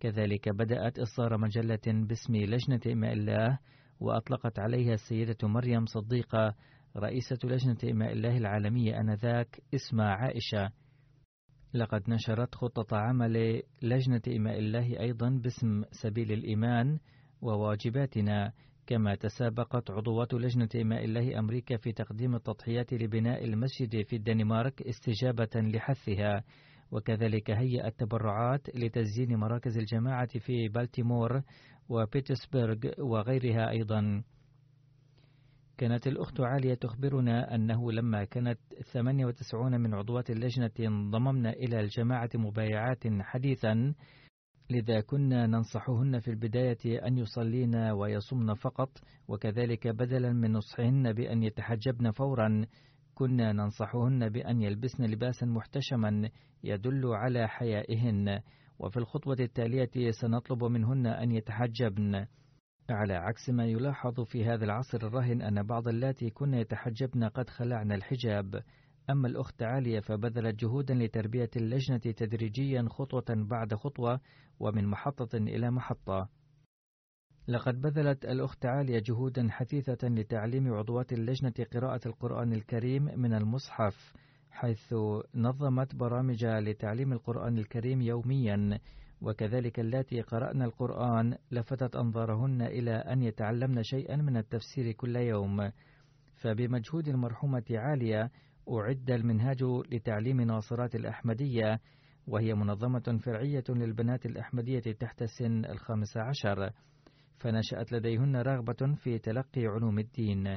كذلك بدأت إصدار مجلة باسم لجنة إماء الله، وأطلقت عليها السيدة مريم صديقة رئيسة لجنة إماء الله العالمية آنذاك اسم عائشة. لقد نشرت خطة عمل لجنة إماء الله أيضا باسم سبيل الإيمان وواجباتنا، كما تسابقت عضوات لجنة إماء الله أمريكا في تقديم التضحيات لبناء المسجد في الدنمارك استجابة لحثها، وكذلك هيئت تبرعات لتزيين مراكز الجماعة في بالتيمور وبيتسبرغ وغيرها أيضا. كانت الأخت عالية تخبرنا أنه لما كانت ثمانية وتسعين من عضوات اللجنة انضممنا إلى الجماعة مبايعات حديثا، لذا كنا ننصحهن في البداية أن يصلين ويصمن فقط، وكذلك بدلا من نصحهن بأن يتحجبن فورا كنا ننصحهن بأن يلبسن لباسا محتشما يدل على حيائهن، وفي الخطوة التالية سنطلب منهن أن يتحجبن، على عكس ما يلاحظ في هذا العصر الراهن أن بعض اللاتي كن يتحجبن قد خلعن الحجاب. أما الأخت عالية فبذلت جهودا لتربية اللجنة تدريجيا خطوة بعد خطوة ومن محطة إلى محطة. لقد بذلت الأخت عالية جهودا حثيثة لتعليم عضوات اللجنة قراءة القرآن الكريم من المصحف، حيث نظمت برامج لتعليم القرآن الكريم يوميا، وكذلك اللاتي قرأن القرآن لفتت أنظارهن إلى أن يتعلمن شيئا من التفسير كل يوم. فبمجهود المرحومة عالية أعد المنهاج لتعليم ناصرات الأحمدية، وهي منظمة فرعية للبنات الأحمدية تحت سن الخامس عشر، فنشأت لديهن رغبة في تلقي علوم الدين.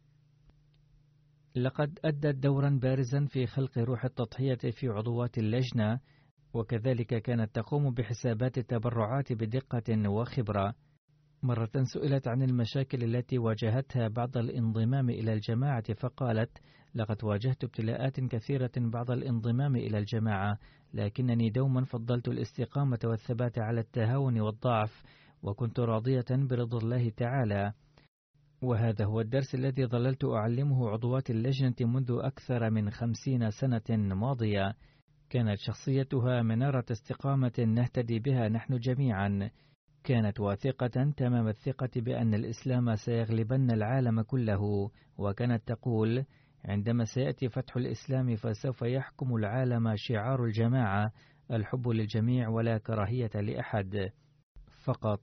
لقد أدت دورا بارزا في خلق روح التضحية في عضوات اللجنة، وكذلك كانت تقوم بحسابات التبرعات بدقة وخبرة. مرة سئلت عن المشاكل التي واجهتها بعد الانضمام إلى الجماعة فقالت: لقد واجهت ابتلاءات كثيرة بعد الانضمام إلى الجماعة، لكنني دوما فضلت الاستقامة والثبات على التهاون والضعف، وكنت راضية برضا الله تعالى. وهذا هو الدرس الذي ظللت أعلمه عضوات اللجنة منذ أكثر من خمسين سنة ماضية. كانت شخصيتها منارة استقامة نهتدي بها نحن جميعا. كانت واثقة تمام الثقة بأن الإسلام سيغلبن العالم كله، وكانت تقول: عندما سيأتي فتح الإسلام فسوف يحكم العالم شعار الجماعة، الحب للجميع ولا كراهية لأحد فقط.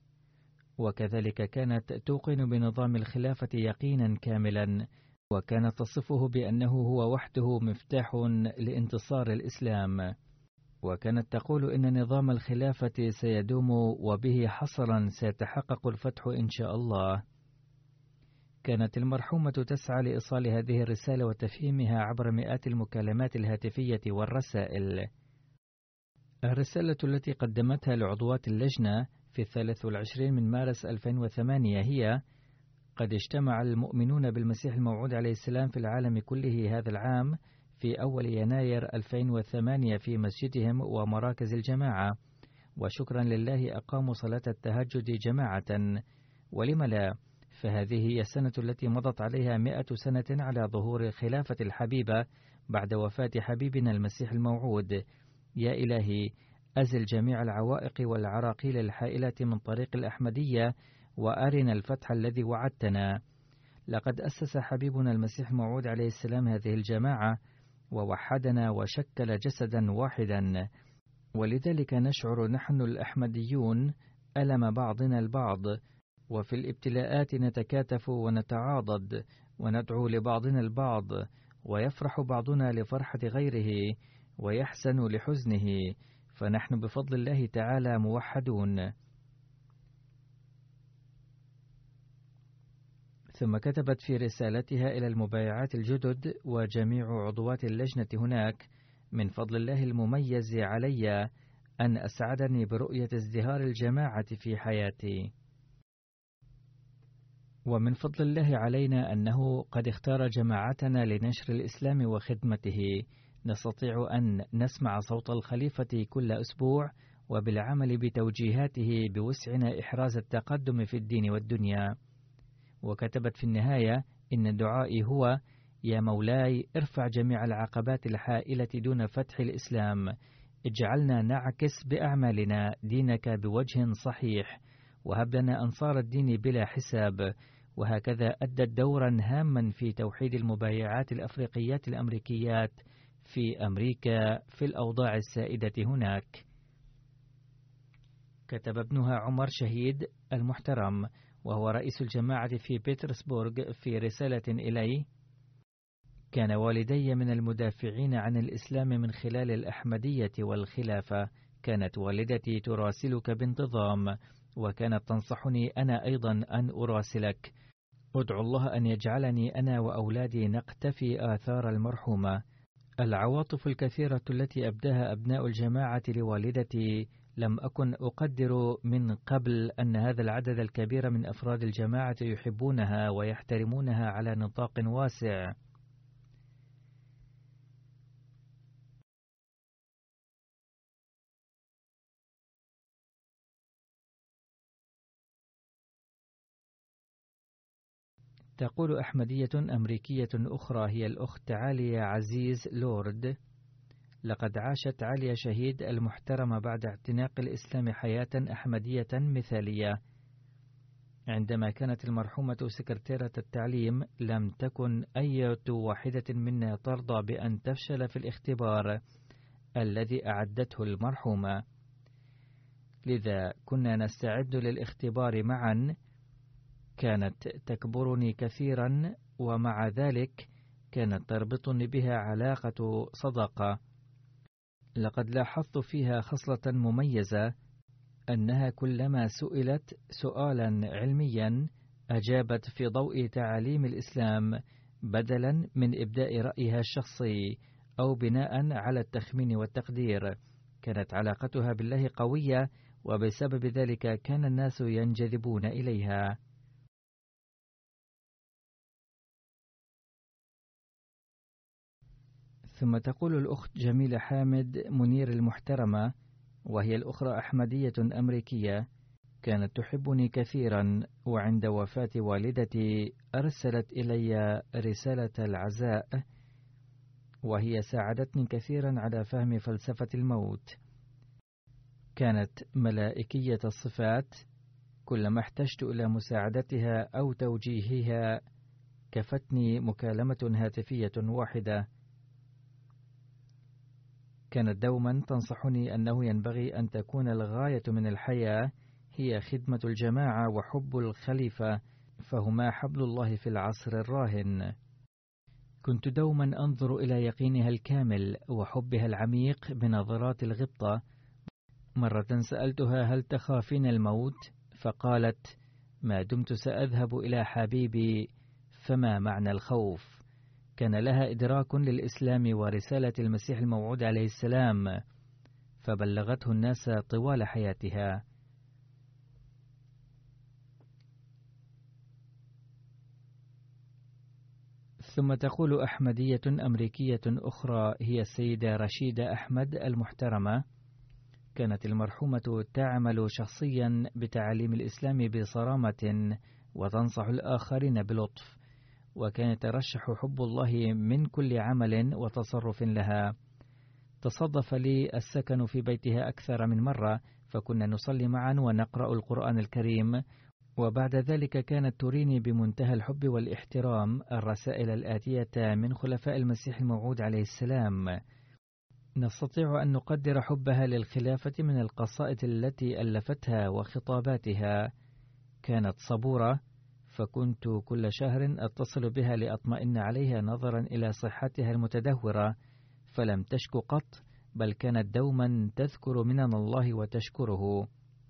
وكذلك كانت توقن بنظام الخلافة يقينا كاملا، وكانت تصفه بأنه هو وحده مفتاح لانتصار الإسلام، وكانت تقول إن نظام الخلافة سيدوم وبه حصرا سيتحقق الفتح إن شاء الله. كانت المرحومة تسعى لإيصال هذه الرسالة وتفهيمها عبر مئات المكالمات الهاتفية والرسائل. الرسالة التي قدمتها لعضوات اللجنة في الثالث والعشرين من مارس ألفين وثمانية هي: قد اجتمع المؤمنون بالمسيح الموعود عليه السلام في العالم كله هذا العام في أول يناير ألفين وثمانية في مسجدهم ومراكز الجماعة، وشكرا لله أقاموا صلاة التهجد جماعة، ولم لا، فهذه هي السنة التي مضت عليها مئة سنة على ظهور خلافة الحبيبة بعد وفاة حبيبنا المسيح الموعود. يا إلهي، أزل جميع العوائق والعراقيل الحائلة من طريق الأحمدية، وأرنا الفتح الذي وعدتنا. لقد أسس حبيبنا المسيح الموعود عليه السلام هذه الجماعة، ووحدنا وشكل جسدا واحدا، ولذلك نشعر نحن الأحمديون ألم بعضنا البعض، وفي الابتلاءات نتكاتف ونتعاضد وندعو لبعضنا البعض، ويفرح بعضنا لفرحة غيره ويحزن لحزنه، فنحن بفضل الله تعالى موحدون. ثم كتبت في رسالتها إلى المبايعات الجدد وجميع عضوات اللجنة هناك: من فضل الله المميز علي أن أسعدني برؤية ازدهار الجماعة في حياتي، ومن فضل الله علينا أنه قد اختار جماعتنا لنشر الإسلام وخدمته. نستطيع أن نسمع صوت الخليفة كل أسبوع، وبالعمل بتوجيهاته بوسعنا إحراز التقدم في الدين والدنيا. وكتبت في النهاية: إن دعائي هو: يا مولاي ارفع جميع العقبات الحائلة دون فتح الإسلام، اجعلنا نعكس بأعمالنا دينك بوجه صحيح، وهب لنا أنصار الدين بلا حساب. وهكذا أدت دورا هاما في توحيد المبايعات الأفريقيات الأمريكيات في أمريكا في الأوضاع السائدة هناك. كتب ابنها عمر شهيد المحترم وهو رئيس الجماعة في بيترسبورغ في رسالة إليه: كان والدي من المدافعين عن الإسلام من خلال الأحمدية والخلافة. كانت والدتي تراسلك بانتظام، وكانت تنصحني أنا أيضا أن أراسلك. أدعو الله أن يجعلني أنا وأولادي نقتفي آثار المرحومة. العواطف الكثيرة التي أبداها أبناء الجماعة لوالدتي لم أكن أقدر من قبل أن هذا العدد الكبير من أفراد الجماعة يحبونها ويحترمونها على نطاق واسع. تقول أحمدية أمريكية أخرى هي الأخت عالية عزيز لورد: لقد عاشت عالية شهيد المحترمة بعد اعتناق الإسلام حياة أحمدية مثالية. عندما كانت المرحومة سكرتيرة التعليم لم تكن أي واحدة منا ترضى بأن تفشل في الاختبار الذي أعدته المرحومة، لذا كنا نستعد للاختبار معا. كانت تكبرني كثيرا، ومع ذلك كانت تربطني بها علاقة صداقة. لقد لاحظت فيها خصلة مميزة، أنها كلما سئلت سؤالا علميا أجابت في ضوء تعاليم الإسلام بدلا من إبداء رأيها الشخصي أو بناء على التخمين والتقدير. كانت علاقتها بالله قوية، وبسبب ذلك كان الناس ينجذبون إليها. ثم تقول الأخت جميلة حامد منير المحترمة وهي الأخرى أحمدية أمريكية: كانت تحبني كثيرا، وعند وفاة والدتي أرسلت إلي رسالة العزاء، وهي ساعدتني كثيرا على فهم فلسفة الموت. كانت ملائكية الصفات، كلما احتجت إلى مساعدتها أو توجيهها كفتني مكالمة هاتفية واحدة. كانت دوما تنصحني أنه ينبغي أن تكون الغاية من الحياة هي خدمة الجماعة وحب الخليفة، فهما حبل الله في العصر الراهن. كنت دوما أنظر إلى يقينها الكامل وحبها العميق بنظرات الغبطة. مرة سألتها: هل تخافين الموت؟ فقالت: ما دمت سأذهب إلى حبيبي فما معنى الخوف؟ كان لها إدراك للإسلام ورسالة المسيح الموعود عليه السلام، فبلغته الناس طوال حياتها. ثم تقول أحمدية أمريكية أخرى هي السيدة رشيدة أحمد المحترمة: كانت المرحومة تعمل شخصيا بتعاليم الإسلام بصرامة وتنصح الآخرين بلطف، وكان يترشح حب الله من كل عمل وتصرف لها. تصادف لي السكن في بيتها أكثر من مرة، فكنا نصلي معا ونقرأ القرآن الكريم، وبعد ذلك كانت تريني بمنتهى الحب والاحترام الرسائل الآتية من خلفاء المسيح الموعود عليه السلام. نستطيع أن نقدر حبها للخلافة من القصائد التي ألفتها وخطاباتها. كانت صبورة، فكنت كل شهر أتصل بها لأطمئن عليها نظرا إلى صحتها المتدهورة، فلم تشك قط، بل كانت دوما تذكر منن الله وتشكره.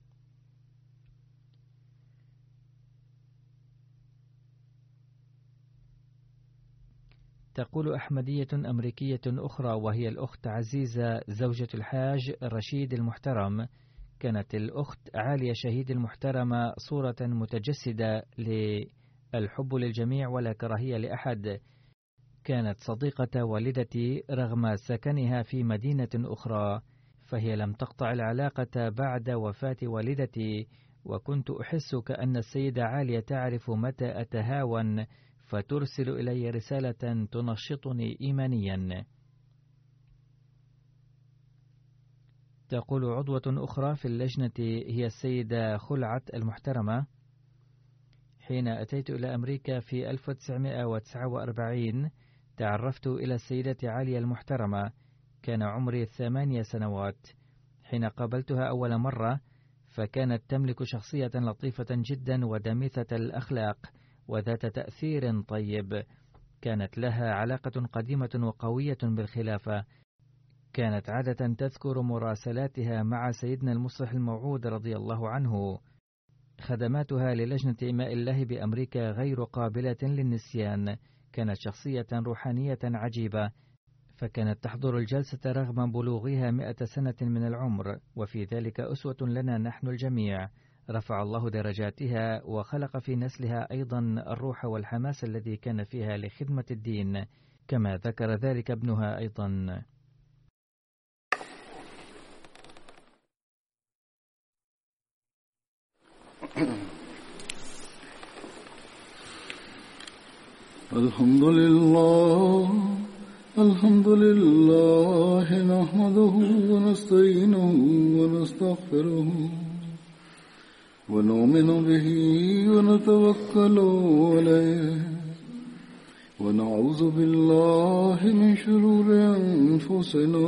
تقول أحمدية أمريكية أخرى وهي الأخت عزيزة زوجة الحاج رشيد المحترم: كانت الأخت عالية شهيد المحترمة صورة متجسدة للحب للجميع ولا كراهية لأحد. كانت صديقة والدتي رغم سكنها في مدينة أخرى، فهي لم تقطع العلاقة بعد وفاة والدتي، وكنت أحس كأن السيدة عالية تعرف متى أتهاون فترسل إلي رسالة تنشطني إيمانيا. تقول عضوة أخرى في اللجنة هي السيدة خلعت المحترمة: حين أتيت إلى أمريكا في ألف وتسعمائة وتسعة وأربعين تعرفت إلى السيدة عالية المحترمة، كان عمري ثمانية سنوات. حين قابلتها أول مرة فكانت تملك شخصية لطيفة جدا ودميثة الأخلاق وذات تأثير طيب. كانت لها علاقة قديمة وقوية بالخلافة. كانت عادة تذكر مراسلاتها مع سيدنا المصلح الموعود رضي الله عنه. خدماتها للجنة إماء الله بأمريكا غير قابلة للنسيان. كانت شخصية روحانية عجيبة، فكانت تحضر الجلسة رغم بلوغها مئة سنة من العمر، وفي ذلك أسوة لنا نحن الجميع. رفع الله درجاتها وخلق في نسلها أيضا الروح والحماس الذي كان فيها لخدمة الدين، كما ذكر ذلك ابنها أيضا. الحمد لله الحمد لله نحمده ونستعينه ونستغفره ونؤمن به ونتوكل عليه ونعوذ بالله من شرور أنفسنا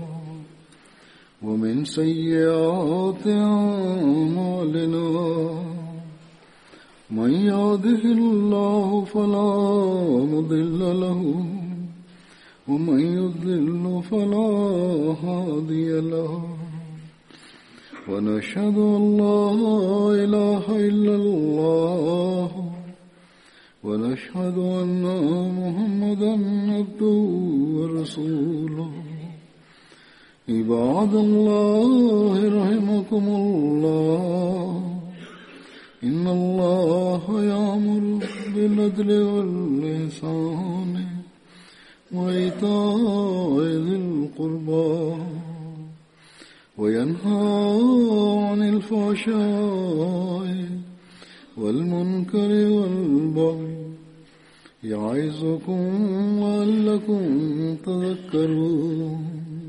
ومن سيئات أعمالنا. من يهده الله فلا مضل له ومن يضلل فلا هادي له. ونشهد أن لا إله إلا الله ونشهد أن محمدا عبده ورسوله. عباد الله رحمكم الله، إن الله يأمر بالعدل والإحسان وإيتاء ذي القربى وينهى عن الفحشاء والمنكر والبغي يعظكم لعلكم تذكرون.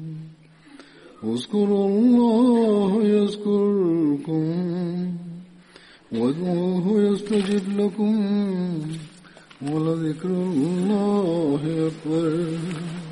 اذكروا الله يذكركم وادعوه يستجب لكم ولذكر الله أكبر.